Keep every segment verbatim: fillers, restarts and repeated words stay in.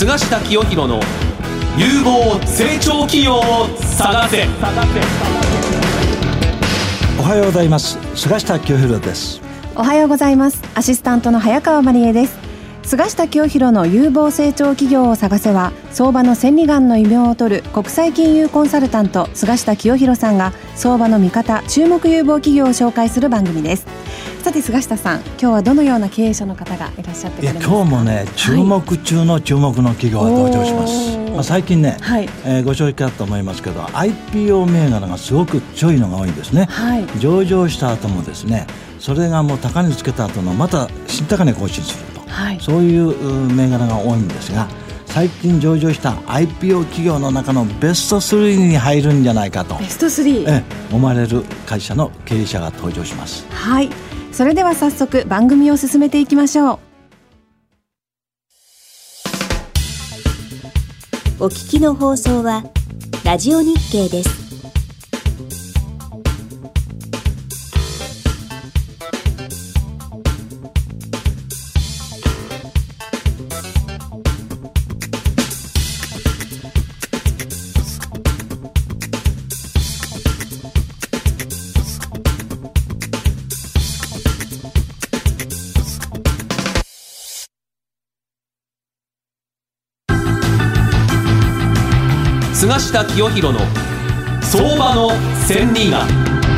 菅下清弘の有望成長企業を探せ。 おはようございます。菅下清弘です。 おはようございます。アシスタントの早川真理恵です。菅下清弘の有望成長企業を探せは、相場の千里眼の異名を取る国際金融コンサルタント菅下清弘さんが相場の見方、注目有望企業を紹介する番組です。さて菅下さん、今日はどのような経営者の方がいらっしゃってくれますか？ 今日もね、注目中の注目の企業が登場します、はい。まあ、最近ね、はい、えー、ご承知かと思いますけど アイピーオー 銘柄がすごく強いのが多いんですね、はい、上場した後もですね、それがもう高値つけた後のまた新高値更新すると、はい、そういう銘柄が多いんですが、最近上場した アイピーオー 企業の中のベストスリーに入るんじゃないかと、 ベストスリー、 え思われる会社の経営者が登場します。 はい、それでは早速番組を進めていきましょう。 お聞きの放送はラジオ日経です。 菅下清弘の相場の千里眼。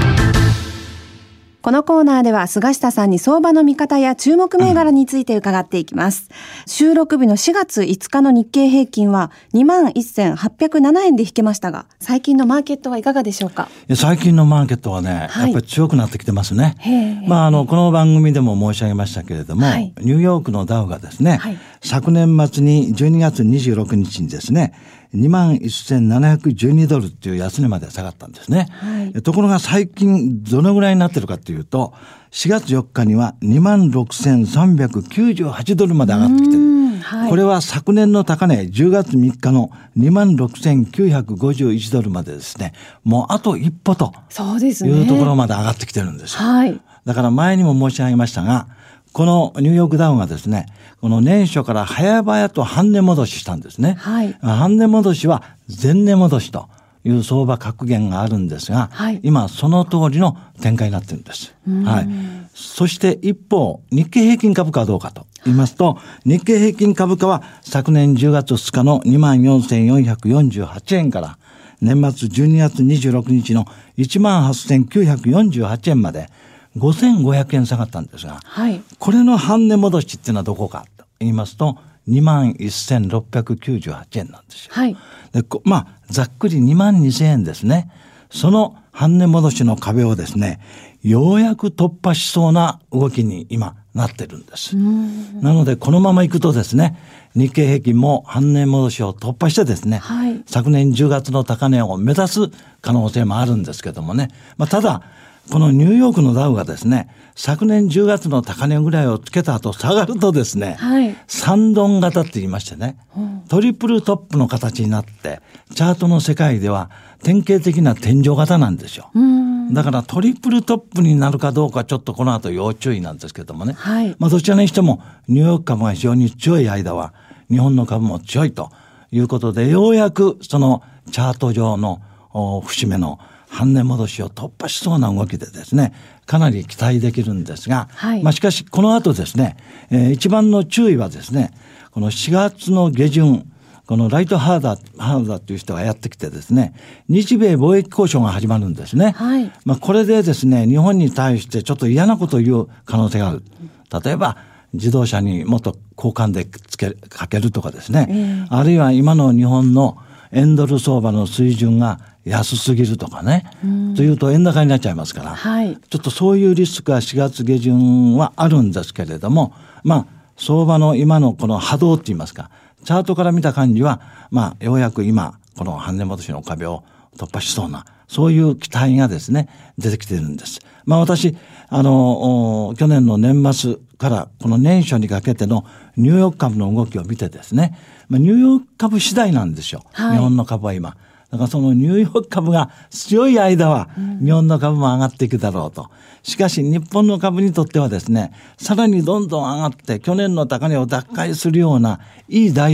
このコーナーでは菅下さんに相場の見方や注目銘柄について伺っていきます。収録日のしがついつかの日経平均は にまんせんはっぴゃくななえんで引けましたが、最近のマーケットはいかがでしょうか？ 最近のマーケットはね、はい、やっぱり強くなってきてますね。まあ、あのこの番組でも申し上げましたけれども、はい、ニューヨークのダウがですね、はい、昨年末にじゅうにがつにじゅうろくにちにですね、にまんせんななひゃくじゅうにドルっていう安値まで下がったんですね、はい、ところが最近どのぐらいになってるかというと、しがつよっかには にまんろくせんさんびゃくきゅうじゅうはちドルまで上がってきてる、はい、これは昨年の高値じゅうがつみっかの にまんろくせんきゅうひゃくごじゅういちドルまでですね、もうあと一歩というところまで上がってきてるんですよ、はい、だから前にも申し上げましたが、このニューヨークダウがですね、この年初から早々と半値戻ししたんですね、はい、半値戻しは前値戻しという相場格言があるんですが、はい、今その通りの展開になってるんです、はい、そして一方日経平均株価はどうかと言いますと、日経平均株価は昨年じゅうがつつかの にまんよんせんよんひゃくよんじゅうはちえんから年末じゅうにがつにじゅうろくにちの いちまんはっせんきゅうひゃくよんじゅうはちえんまでごせんごひゃくえん下がったんですが、はい、これの半値戻しっていうのはどこかと言いますと にまんせんろっぴゃくきゅうじゅうはちえんなんですよ、はい、でまあざっくりにまんにせんえんですね。その半値戻しの壁をですね、ようやく突破しそうな動きに今なってるんです。なのでこのままいくとですね、日経平均も半値戻しを突破してですね、はい、昨年じゅうがつの高値を目指す可能性もあるんですけどもね、まあ、ただこのニューヨークのダウがですね、昨年じゅうがつの高値ぐらいをつけた後下がるとですね、はい、三ドン型って言いましてね、うん、トリプルトップの形になって、チャートの世界では典型的な天井型なんですよ。うんだからトリプルトップになるかどうかちょっとこの後要注意なんですけどもね、はい、まあどちらにしてもニューヨーク株が非常に強い間は日本の株も強いということで、ようやくそのチャート上の節目の半値戻しを突破しそうな動きでですね、かなり期待できるんですが、はい、まあしかしこの後ですね、えー、一番の注意はですね、このしがつの下旬、このライトハーダー、ハーダーという人がやってきてですね、日米貿易交渉が始まるんですね。はい、まあこれでですね、日本に対してちょっと嫌なことを言う可能性がある。例えば自動車にもっと交換でつけかけるとかですね、えー、あるいは今の日本の円ドル相場の水準が安すぎるとかね、というと円高になっちゃいますから、はい、ちょっとそういうリスクがしがつ下旬はあるんですけれども、まあ相場の今のこの波動って言いますか、チャートから見た感じは、まあようやく今この半値戻しの壁を突破しそうな、そういう期待がですね出てきているんです。まあ私あの去年の年末からこの年初にかけてのニューヨーク株の動きを見てですね、まあ、ニューヨーク株次第なんですよ、はい、日本の株は今だからそのニューヨーク株が強い間は日本の株も上がっていくだろうと、しかし日本の株にとってはですね、さらにどんどん上がって去年の高値を奪回するようないい材料、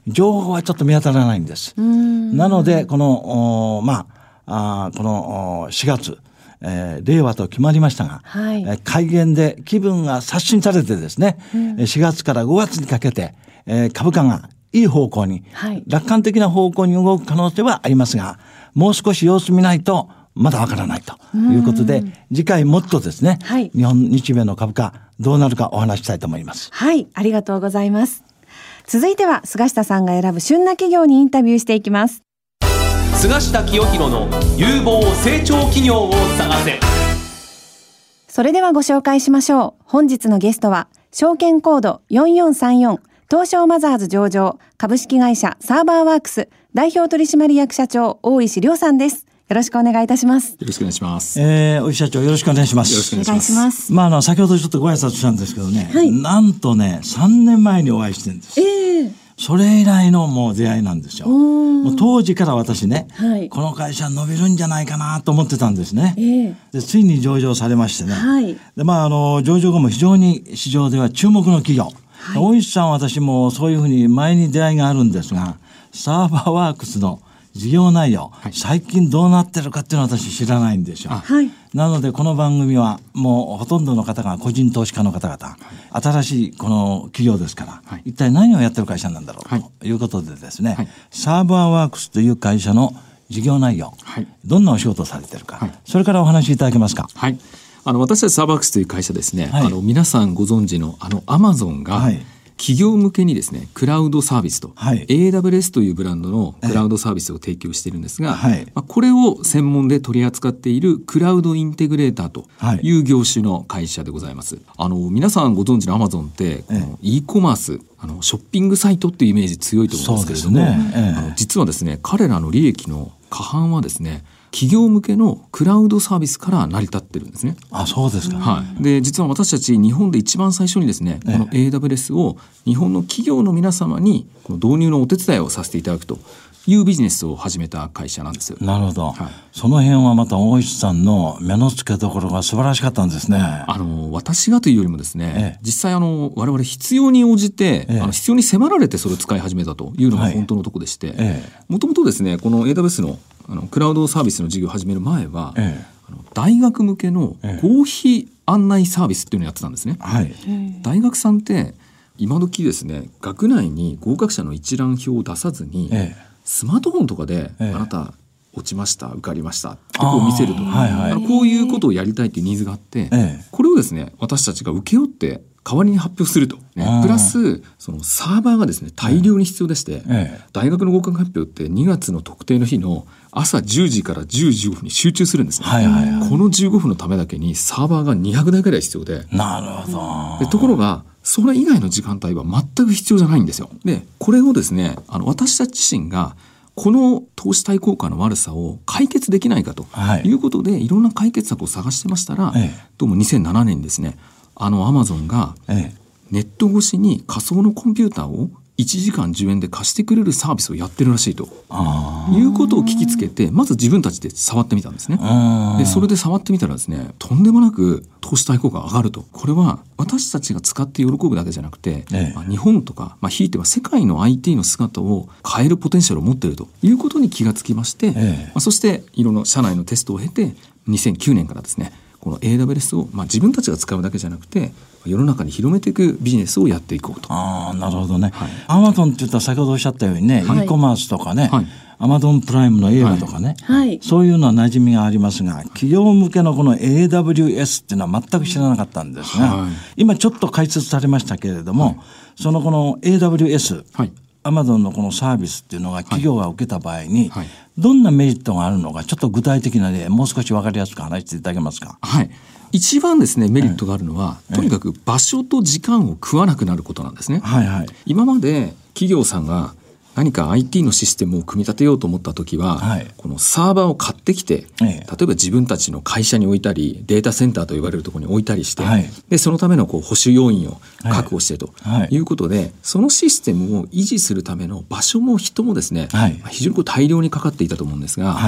情報はちょっと見当たらないんです。なのでこのまあ、あこのしがつ、えー、令和と決まりましたが、はい、えー、改元で気分が刷新されてですね、うん、しがつからごがつにかけて、えー、株価がいい方向に、はい、楽観的な方向に動く可能性はありますが、もう少し様子見ないとまだわからないということで、次回もっとですね、はい、日本日米の株価どうなるかお話したいと思います。 はい、ありがとうございます。続いては菅下さんが選ぶ旬な企業にインタビューしていきます。 菅下清弘の有望成長企業を探せ。 それではご紹介しましょう。本日のゲストは証券コードよんよんさんよん東証マザーズ上場株式会社サーバーワークス代表取締役社長大石亮さんです。よろしくお願いいたします。 よろしくお願いします。 えー、大石社長よろしくお願いします。 よろしくお願いします。 まあ、あの先ほどちょっとご挨拶したんですけどね、はい、なんとねさんねんまえにお会いしてるんです。えー、それ以来のもう出会いなんですよ。もう当時から私ね、はい、この会社伸びるんじゃないかなと思ってたんですね。えー、でついに上場されましてね、はい、でまああの上場後も非常に市場では注目の企業。はい、大石さんは私もそういうふうに前に出会いがあるんですが、サーバーワークスの事業内容、はい、最近どうなってるかっていうのは私知らないんですよ。はい、なのでこの番組はもうほとんどの方が個人投資家の方々、はい、新しいこの企業ですから、はい、一体何をやってる会社なんだろう、はい、ということでですね、はい、サーバーワークスという会社の事業内容、はい、どんなお仕事をされてるか、はい、それからお話しいただけますか。 はい、あの私たちサーバーワークスという会社ですね、はい、あの皆さんご存知のあのアマゾンが、はい、企業向けにですねクラウドサービスと、はい、エーダブリューエス というブランドのクラウドサービスを提供しているんですが、はい、まあ、これを専門で取り扱っているクラウドインテグレーターという業種の会社でございます。あの皆さんご存知の Amazon ってこの e コマース、あのショッピングサイトっていうイメージ強いと思うんですけれども、ね、ええ、あの実はですね彼らの利益の過半はですね企業向けのクラウドサービスから成り立ってるんですね。 あ、そうですか。 はい。で、実は私たち日本で一番最初にですね、この エーダブリューエス を日本の企業の皆様にこの導入のお手伝いをさせていただくというビジネスを始めた会社なんですよ。 なるほど。はい、その辺はまた大石さんの目の付けどころが素晴らしかったんですね。 あの私がというよりもですね、ええ、実際あの我々必要に応じて、ええ、あの必要に迫られてそれを使い始めたというのが本当のところでして、もともとですねこの エーダブリューエス のあのクラウドサービスの事業を始める前は、ええ、あの大学向けの合否案内サービスっていうのをやってたんですね。はい、大学さんって今時ですね学内に合格者の一覧表を出さずに、ええ、スマートフォンとかで、ええ、あなた落ちました受かりましたってこう見せると、はいはい、あのこういうことをやりたいっていうニーズがあって、ええ、これをですね私たちが請け負って代わりに発表すると、ね、プラスそのサーバーがですね大量に必要でして、ええ、大学の合格発表ってにがつの特定の日の朝じゅうじからじゅうじじゅうごふんに集中するんですね。はいはいはい、このじゅうごふんのためだけにサーバーがにひゃくだいぐらい必要で、 なるほど。 でところがそれ以外の時間帯は全く必要じゃないんですよ。でこれをですねあの私たち自身がこの投資対効果の悪さを解決できないかということで、はい、いろんな解決策を探してましたら、ええ、どうもにせんななねんにですねあのアマゾンがネット越しに仮想のコンピューターをいちじかんじゅうえんで貸してくれるサービスをやってるらしいということを聞きつけて、まず自分たちで触ってみたんですね。でそれで触ってみたらですねとんでもなく投資対効果が上がると。これは私たちが使って喜ぶだけじゃなくて、ええ、まあ、日本とか、まあ、ひいては世界の アイティー の姿を変えるポテンシャルを持っているということに気がつきまして、ええ、まあ、そしていろんな社内のテストを経てにせんきゅうねんからですねこの エーダブリューエス を、まあ、自分たちが使うだけじゃなくて世の中に広めていくビジネスをやっていこうと。 ああ、なるほどね。アマゾンって言ったら先ほどおっしゃったようにね、はい、e コマースとかね、はい、アマゾンプライムの映画とかね、はい、そういうのは馴染みがありますが、企業向けのこの エーダブリューエス っていうのは全く知らなかったんですが、はい、今ちょっと解説されましたけれども、はい、そのこの エーダブリューエス、はい、アマゾンのこのサービスっていうのが企業が受けた場合に、はいはい、どんなメリットがあるのかちょっと具体的な例もう少し分かりやすく話していただけますか。 はい、一番ですねメリットがあるのは、ええ、とにかく場所と時間を食わなくなることなんですね。はいはい、今まで企業さんが何か アイティー のシステムを組み立てようと思ったときは、はい、このサーバーを買ってきて、ええ、例えば自分たちの会社に置いたりデータセンターと言われるところに置いたりして、はい、でそのためのこう保守要員を確保してということで、はいはい、そのシステムを維持するための場所も人もですね、はい、非常にこう大量にかかっていたと思うんですが、はい、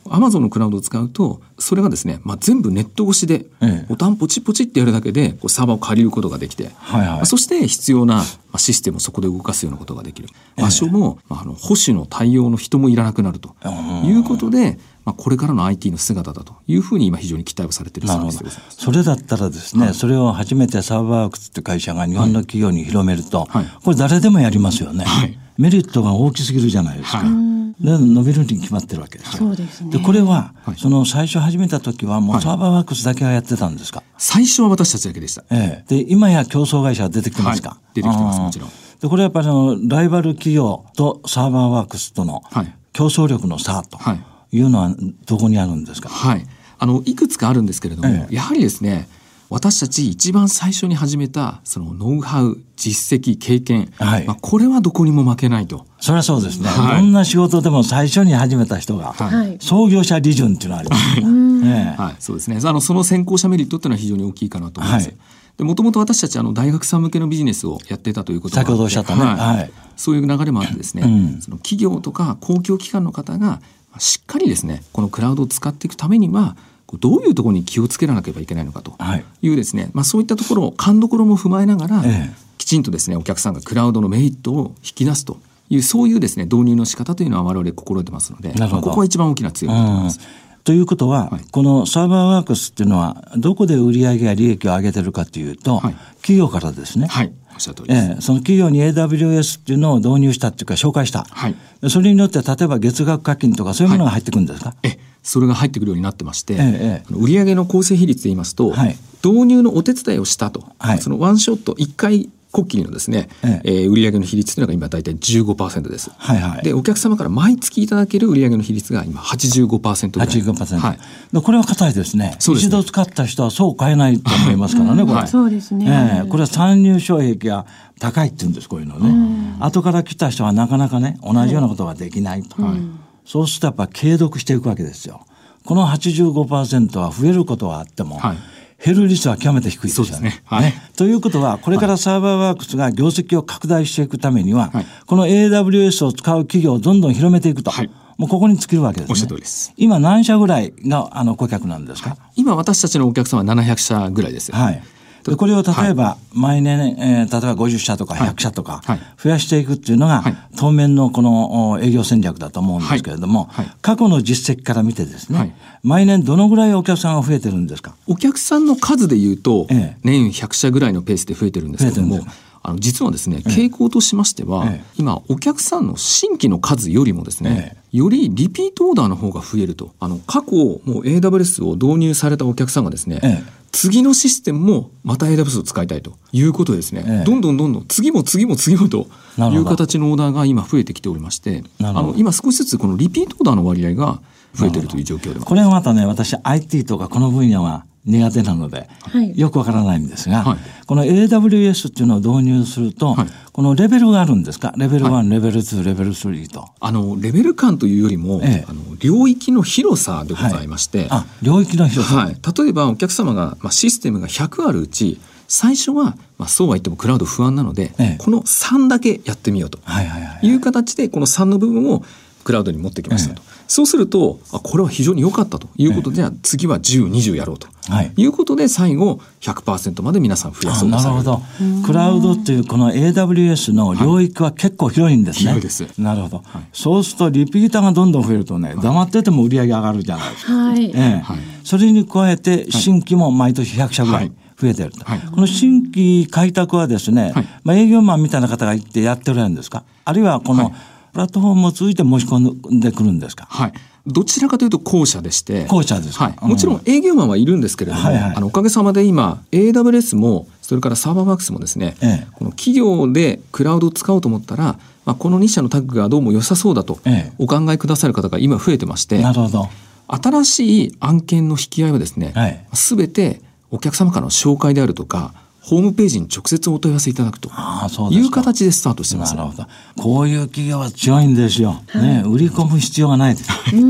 Amazon のクラウドを使うとそれがですね、まあ、全部ネット越しでボタンポチポチってやるだけでこうサーバーを借りることができて、はいはい、そして必要なシステムをそこで動かすようなことができる。場所も、まあ、あの保守の対応の人もいらなくなるということで、まあ、これからの アイティー の姿だというふうに今非常に期待をされているサービスでございます。 それだったらですね、はい、それを初めてサーバーワークスって会社が日本の企業に広めると、はい、これ誰でもやりますよね、はい、メリットが大きすぎるじゃないですか、はい、で伸びるに決まってるわけですよ。 そうですね。 でこれは、はい、その最初始めた時はもうサーバーワークスだけがやってたんですか？ 最初は私たちだけでした、 ええ、で今や競争会社が出てきてますか？はい、 出てきてます。もちろん。 でこれはやっぱりのライバル企業とサーバーワークスとの競争力の差というのはどこにあるんですか？ はい、あのいくつかあるんですけれども、ええ、やはりですね、私たち一番最初に始めたそのノウハウ、実績、経験、はい、まあ、これはどこにも負けないと。 それはそうですね、はい、どんな仕事でも最初に始めた人が、はい、創業者利潤っていうのがありますね。 はい、そうですね。あのその先行者メリットっていうのは非常に大きいかなと思います。はい、でもともと私たちあの大学さん向けのビジネスをやっていたということがあって、 先ほどおっしゃったね、はいはい、 そういう流れもあってですね、うん、その企業とか公共機関の方がしっかりですね、このクラウドを使っていくためにはどういうところに気をつけなければいけないのかというですね、はい、まあ、そういったところを勘どころも踏まえながら、ええ、きちんとですねお客さんがクラウドのメリットを引き出すというそういうですね導入の仕方というのは我々心得てますので、まあ、ここは一番大きな強みだと思います。 ということは、はい、このサーバーワークスっていうのはどこで売上や利益を上げてるかというと、はい、企業からですね、 はい、おっしゃる通りです。 ええ、その企業に エーダブリューエス っていうのを導入したっていうか紹介した、はい、それによって例えば月額課金とかそういうものが入ってくるんですか？はい、 えそれが入ってくるようになってまして、ええ、売上の構成比率で言いますと、はい、導入のお手伝いをしたと、はい、そのワンショットいっかいこっきりのですね、えええー、売上の比率というのが今大体 じゅうごパーセント です、はいはい、でお客様から毎月いただける売上の比率が今 はちじゅうごパーセント ぐらい。 はちじゅうごパーセント、はい、でこれは硬いですね。そうですね、一度使った人はそう買えないと思いますからね、これ、はい、 そうですね、 えー、これは参入障壁が高いっていうんです、こういうのね。後から来た人はなかなかね同じようなことができないと、はい、そうするとやっぱ継続していくわけですよ。この はちじゅうごパーセント は増えることはあっても、はい、減る率は極めて低いですよね。そうですね、はい、ね。ということはこれからサーバーワークスが業績を拡大していくためには、はい、この エーダブリューエス を使う企業をどんどん広めていくと、はい、もうここに尽きるわけですね。 おっしゃる通りです。 今何社ぐらいがあの顧客なんですか？はい、 今私たちのお客様はななひゃくしゃぐらいですよ。はい。 でこれを例えば毎年、えー、例えばごじゅっしゃとかひゃくしゃとか増やしていくっていうのが、はい、当面のこの営業戦略だと思うんですけれども、はいはい、過去の実績から見てですね、はい、毎年どのぐらいお客さんが増えてるんですか？ お客さんの数でいうと、ええ、年ひゃくしゃぐらいのペースで増えてるんですけども、あの実はですね、傾向としましては、ええ、今お客さんの新規の数よりもですね、ええ、よりリピートオーダーの方が増えると。あの過去もう エーダブリューエス を導入されたお客さんがですね、ええ、次のシステムもまた エーダブリューエス を使いたいということでですね、ええ、どんどんどんどん次も次も次もという形のオーダーが今増えてきておりまして、あの今少しずつこのリピートオーダーの割合が増えているという状況でも。 これはまたね、私 アイティー とかこの分野は苦手なので、はい、よくわからないんですが、はい、この エーダブリューエス っていうのを導入すると、はい、このレベルがあるんですか？レベルいち、はい、レベルに、レベルさんと。あのレベル感というよりも、ええ、あの領域の広さでございまして、はい、 あ、領域の広さ、 はい、例えばお客様が、まあ、システムがひゃくあるうち最初は、まあ、そうは言ってもクラウド不安なので、ええ、このさんだけやってみようという形でこのさんの部分をクラウドに持ってきましたと、ええ、そうするとあこれは非常に良かったということで、ええ、次はじゅう、にじゅうやろうと、はい、いうことで最後 ひゃくパーセント まで皆さん増やそうとされる。 なるほど。クラウドっていうこの エーダブリューエス の領域は結構広いんですね。 はい、広いです。 なるほど、はい、そうするとリピーターがどんどん増えるとね、黙ってても売り上げ上がるじゃないですか、はい、ええはい、それに加えて新規も毎年ひゃくしゃぐらい増えてると、はい、この新規開拓はですね、はい、まあ、営業マンみたいな方が行ってやってるんですか？あるいはこの、はい、プラットフォームを通じて申し込んでくるんですか？ はい、どちらかというと後者でして。 後者ですか？ はい、もちろん営業マンはいるんですけれども、はいはい、あのおかげさまで今 エーダブリューエス もそれからサーバーワークスもですね、ええ、この企業でクラウドを使おうと思ったら、まあ、このに社のタッグがどうも良さそうだとお考えくださる方が今増えてまして、 なるほど。 新しい案件の引き合いはですね、はい、全てお客様からの紹介であるとかホームページに直接お問い合わせいただくという形でスタートしてます。 なるほど。こういう企業は強いんですよ、はい、ね、売り込む必要がないです。うーん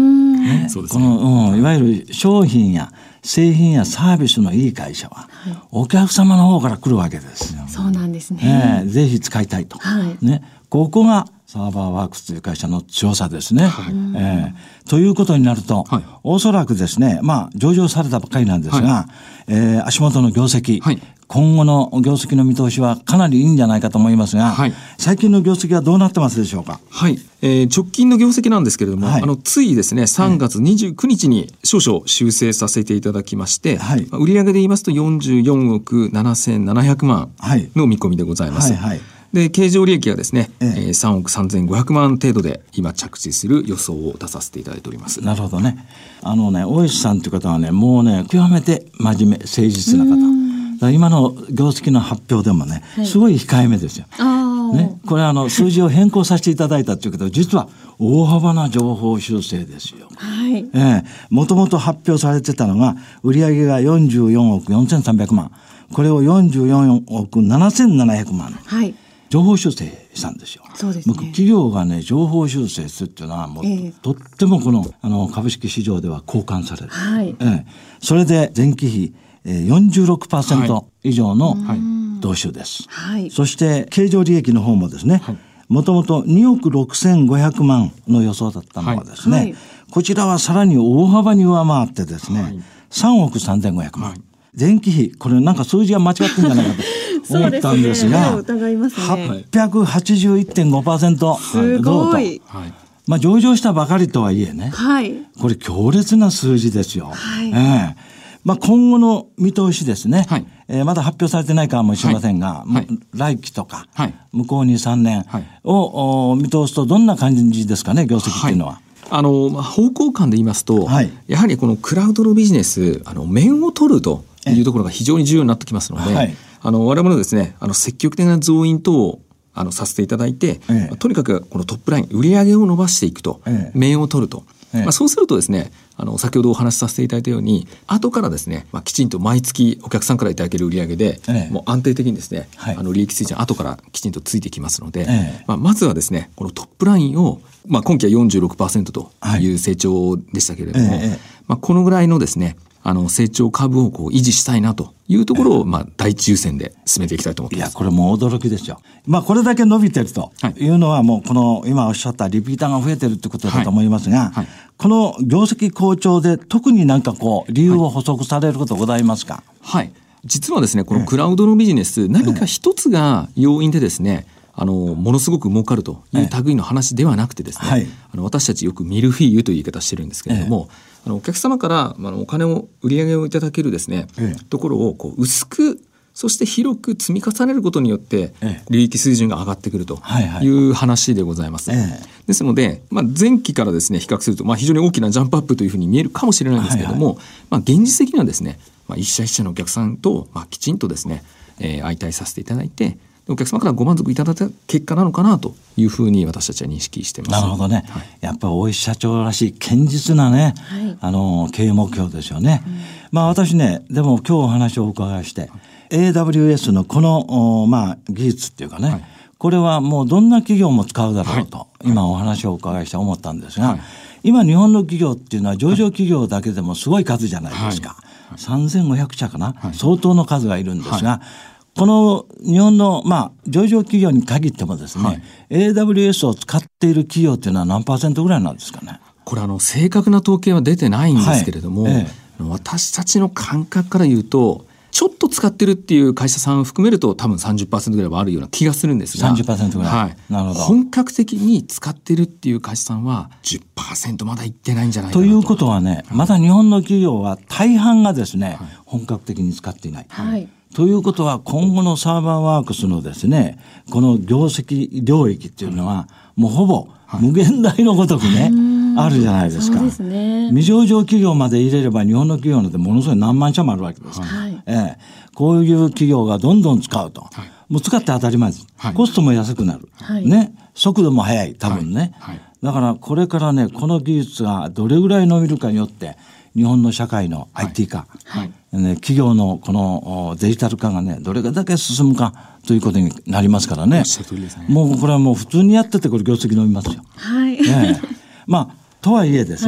ね、そうですね、この、うん、いわゆる商品や製品やサービスのいい会社は、はい、お客様の方から来るわけですよ。 そうなんですね。 ね、ぜひ使いたいと、 はいね、ここがサーバーワークスという会社の強さですね。はい、えー、ということになると、はい、おそらくですね、まあ上場されたばっかりなんですが、はい、えー、足元の業績、はい、今後の業績の見通しはかなりいいんじゃないかと思いますが、はい、最近の業績はどうなってますでしょうか。 はい、えー、直近の業績なんですけれども、はい、あのついですねさんがつにじゅうくにちに少々修正させていただきまして、はい、売上で言いますとよんじゅうよんおくななせんななひゃくまんの見込みでございます。はいはいはい、で経常利益はですね、えええー、さんおくさんぜんごひゃくまん程度で今着地する予想を出させていただいております。 なるほどね。あのね、大石さんという方はね、もうね極めて真面目誠実な方だから今の業績の発表でもね、はい、すごい控えめですよ。ね、これあの数字を変更させていただいたというけど実は大幅な情報修正ですよ。はい、えー、もともと発表されてたのが売上がよんじゅうよんおくよんせんさんびゃくまん、これをよんじゅうよんおくななせんななひゃくまん、はい、情報修正したんですよ。 そうですね、 企業がね情報修正するっていうのはもう、えー、とってもこの、あの株式市場では好感される。はい、えー、それで前期比、えー、よんじゅうろくパーセント 以上の増収です。はい、そして経常利益の方もですね、もともとにおくろくせんごひゃくまんの予想だったのがですね、はい、こちらはさらに大幅に上回ってですね、はい、さんおくさんぜんごひゃくまん、はい、前期比これなんか数字が間違ってるんじゃないかと思ったんですが、 そうですね、疑いますね、 はっぴゃくはちじゅういってんごパーセント、 すごい、 はい、まあ、上場したばかりとはいえね、はい、これ強烈な数字ですよ。はい、えーまあ、今後の見通しですね、はい、えー、まだ発表されてないかもしれませんが、はいはい、来期とか、はい、向こうにさんねんを、はい、見通すとどんな感じですかね、業績っていうのは。はい、 あの方向感で言いますと、はい、やはりこのクラウドのビジネス、あの面を取るというところが非常に重要になってきますので、はい、あの我々ですね、あの積極的な増員等をあのさせていただいて、ええ、とにかくこのトップライン売上を伸ばしていくと、ええ、面を取ると、ええ、まあ、そうするとですね、あの先ほどお話しさせていただいたように後からですね、まあ、きちんと毎月お客さんからいただける売上で、ええ、もう安定的にですね、はい、あの利益水準後からきちんとついてきますので、ええ、まあ、まずはですねこのトップラインを、まあ、今期は よんじゅうろくパーセント という成長でしたけれども、はい、ええ、まあ、このぐらいのですねあの成長株をこう維持したいなというところを、まあ、第一優先で進めていきたいと思っています。 いやこれもう驚きですよ。まあ、これだけ伸びてるというのはもうこの今おっしゃったリピーターが増えてるってことだと思いますが、はいはい、この業績好調で特になんかこう理由を補足されることございますか。 はい、実はですねこのクラウドのビジネス、何か一つが要因でですね、あのものすごく儲かるという類の話ではなくてですね、はい、あの私たちよくミルフィーユという言い方してるんですけれども、ええ、あのお客様からあのお金を売り上げをいただけるですね、ええ、ところをこう薄くそして広く積み重ねることによって利益水準が上がってくるという話でございます。ええ、ですので、まあ、前期からですね比較すると、まあ、非常に大きなジャンプアップというふうに見えるかもしれないんですけれども、はいはい、まあ、現実的にはですね、まあ、一社一社のお客さんと、まあ、きちんとですね、えー、相対させていただいてお客様からご満足いただいた結果なのかなというふうに私たちは認識しています。 なるほどね、はい、やっぱり大石社長らしい堅実なね、はい、あの経営目標ですよね。うん、まあ、私ねでも今日お話をお伺いして、はい、エーダブリューエス のこの、まあ、技術っていうかね、はい、これはもうどんな企業も使うだろうと、はい、今お話をお伺いして思ったんですが、はい、今日本の企業っていうのは上場企業だけでもすごい数じゃないですか、はいはい、さんぜんごひゃくしゃかな、はい、相当の数がいるんですが、はい、この日本の、まあ、上場企業に限ってもですね、はい、エーダブリューエス を使っている企業っていうのは何パーセントぐらいなんですかね。 これあの正確な統計は出てないんですけれども、はい、ええ、私たちの感覚から言うとちょっと使ってるっていう会社さんを含めると多分 さんじゅっパーセント ぐらいはあるような気がするんですがさんじゅっパーセント ぐらい、はい、なるほど。 本格的に使ってるっていう会社さんは じゅっパーセント まだいってないんじゃないかなと。 ということはね、まだ日本の企業は大半がですね、はい、本格的に使っていない、はい、ということは今後のサーバーワークスのですねこの業績領域っていうのはもうほぼ無限大のごとくね、はい、あるじゃないですか。 そうですね、 未上場企業まで入れれば日本の企業なんてものすごい何万社もあるわけです、はい、ええ、こういう企業がどんどん使うと、はい、もう使って当たり前です、はい、コストも安くなる、はい、ね、速度も速い多分ね、はいはい、だからこれからねこの技術がどれぐらい伸びるかによって日本の社会の アイティー 化、はいはい、ね、企業のこのデジタル化がねどれだけ進むかということになりますからね。もうこれはもう普通にやっててこれ業績伸びますよ。はい。ね、まあとはいえですね、はい、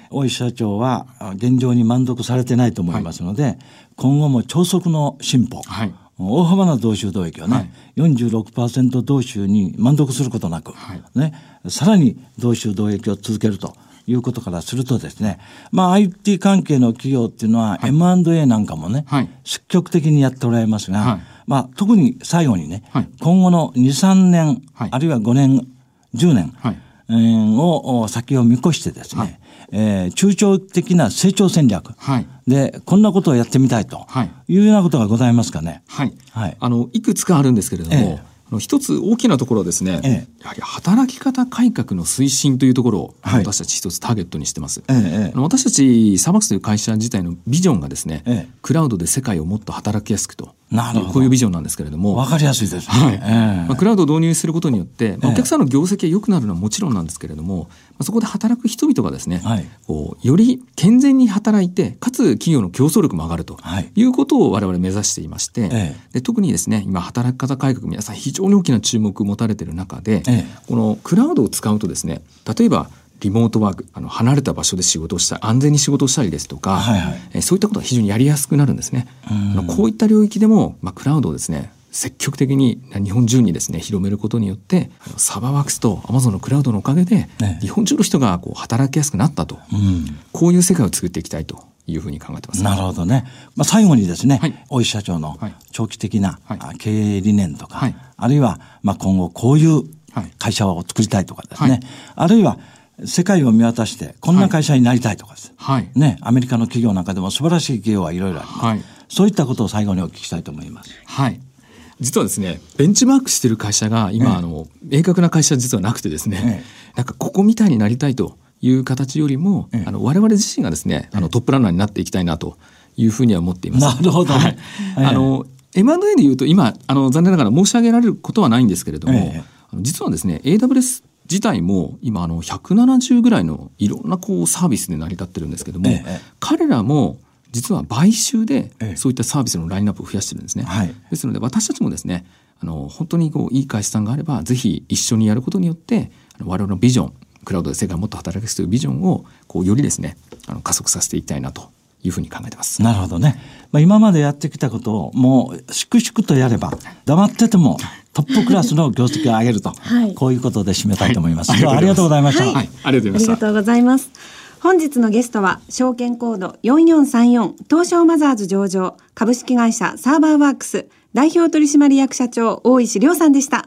大石社長は現状に満足されてないと思いますので、はい、今後も超速の進歩、はい、大幅な増収増益をね、はい、よんじゅうろくパーセント 増収に満足することなく、はいね、さらに増収増益を続けるということからするとですね、まあ、アイティー 関係の企業っていうのは エムアンドエー なんかもね、はい、積極的にやっておられますが、はいまあ、特に最後にね、はい、今後のにさんねん、はい、あるいはごねんじゅうねん、はいえー、を先を見越してですね、はいえー、中長期的な成長戦略、はい、でこんなことをやってみたいというようなことがございますかね。 はい、はい、あのいくつかあるんですけれども、ええ一つ大きなところはですね、ええ、やはり働き方改革の推進というところを私たち一つターゲットにしてます、はいええ、私たちサーバックスという会社自体のビジョンがですね、ええ、クラウドで世界をもっと働きやすくとなるほどこういうビジョンなんですけれども分かりやすいですね、 はいええまあ、クラウドを導入することによって、まあ、お客さんの業績が良くなるのはもちろんなんですけれども、まあ、そこで働く人々がですね、はい、こうより健全に働いてかつ企業の競争力も上がるということを我々目指していまして、はいええ、で特にですね今働き方改革皆さん非常に大きな注目を持たれている中で、ええ、このクラウドを使うとですね例えばリモートワークあの離れた場所で仕事をした安全に仕事をしたりですとか、はいはいえそういったことが非常にやりやすくなるんですね。あのこういった領域でも、まあ、クラウドをですね積極的に日本中にですね広めることによってサーバーワークスとアマゾンのクラウドのおかげで、ね、日本中の人がこう働きやすくなったと、うん、こういう世界を作っていきたいというふうに考えてます。 なるほどね、まあ、最後にですね、はい、大石社長の長期的な経営理念とか、はい、あるいはまあ今後こういう会社を作りたいとかですね、はい、あるいは世界を見渡してこんな会社になりたいとかです、はいね、アメリカの企業なんかでも素晴らしい企業はいろいろあります、はい、そういったことを最後にお聞きしたいと思います。 はい実はですねベンチマークしている会社が今、ええ、あの明確な会社は実はなくてですね、ええ、なんかここみたいになりたいという形よりも、ええ、あの我々自身がですね、ええ、あのトップランナーになっていきたいなというふうには思っています。 なるほど、ねはいええ、あの エムアンドエー でいうと今あの残念ながら申し上げられることはないんですけれども、ええ、あの実はですね エーダブリューエス 自体も今あのひゃくななじゅうぐらいのいろんなこうサービスで成り立ってるんですけども、ええ、彼らも実は買収でそういったサービスのラインナップを増やしてるんですね、はい、ですので私たちもですねあの本当にこういい会社さんがあればぜひ一緒にやることによって我々のビジョンクラウドで世界をもっと働きやすくというビジョンをこうよりですねあの加速させていきたいなというふうに考えてます。 なるほどね、まあ、今までやってきたことをもう粛々とやれば黙っててもトップクラスの業績を上げると、はい、こういうことで締めたいと思います、はい、今日はありがとうございました、 はいはい、ありがとうございました。 ありがとうございます。本日のゲストは証券コードよんよんさんよん東証マザーズ上場株式会社サーバーワークス代表取締役社長大石亮さんでした。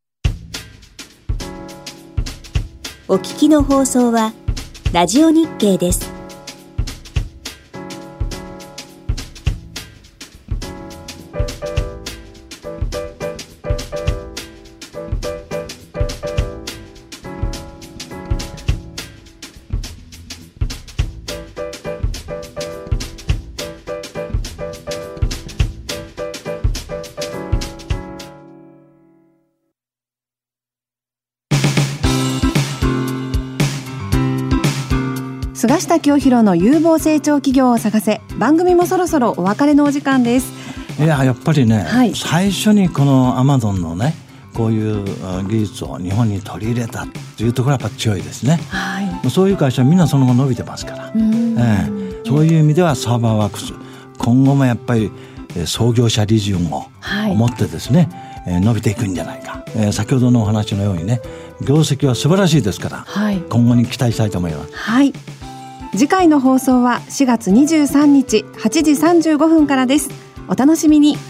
お聞きの放送はラジオ日経です。 菅下清弘の有望成長企業を探せ。番組もそろそろお別れのお時間です。 いややっぱりね、はい、最初にこのアマゾンのねこういう技術を日本に取り入れたというところはやっぱ強いですね、はい、そういう会社はみんなその後伸びてますから、えー、そういう意味ではサーバーワークス今後もやっぱり創業者リジウムを持ってですね、はい、伸びていくんじゃないか、えー、先ほどのお話のようにね業績は素晴らしいですから、はい、今後に期待したいと思います。 はい、次回の放送はしがつにじゅうさんにちはちじさんじゅうごふんからです。お楽しみに。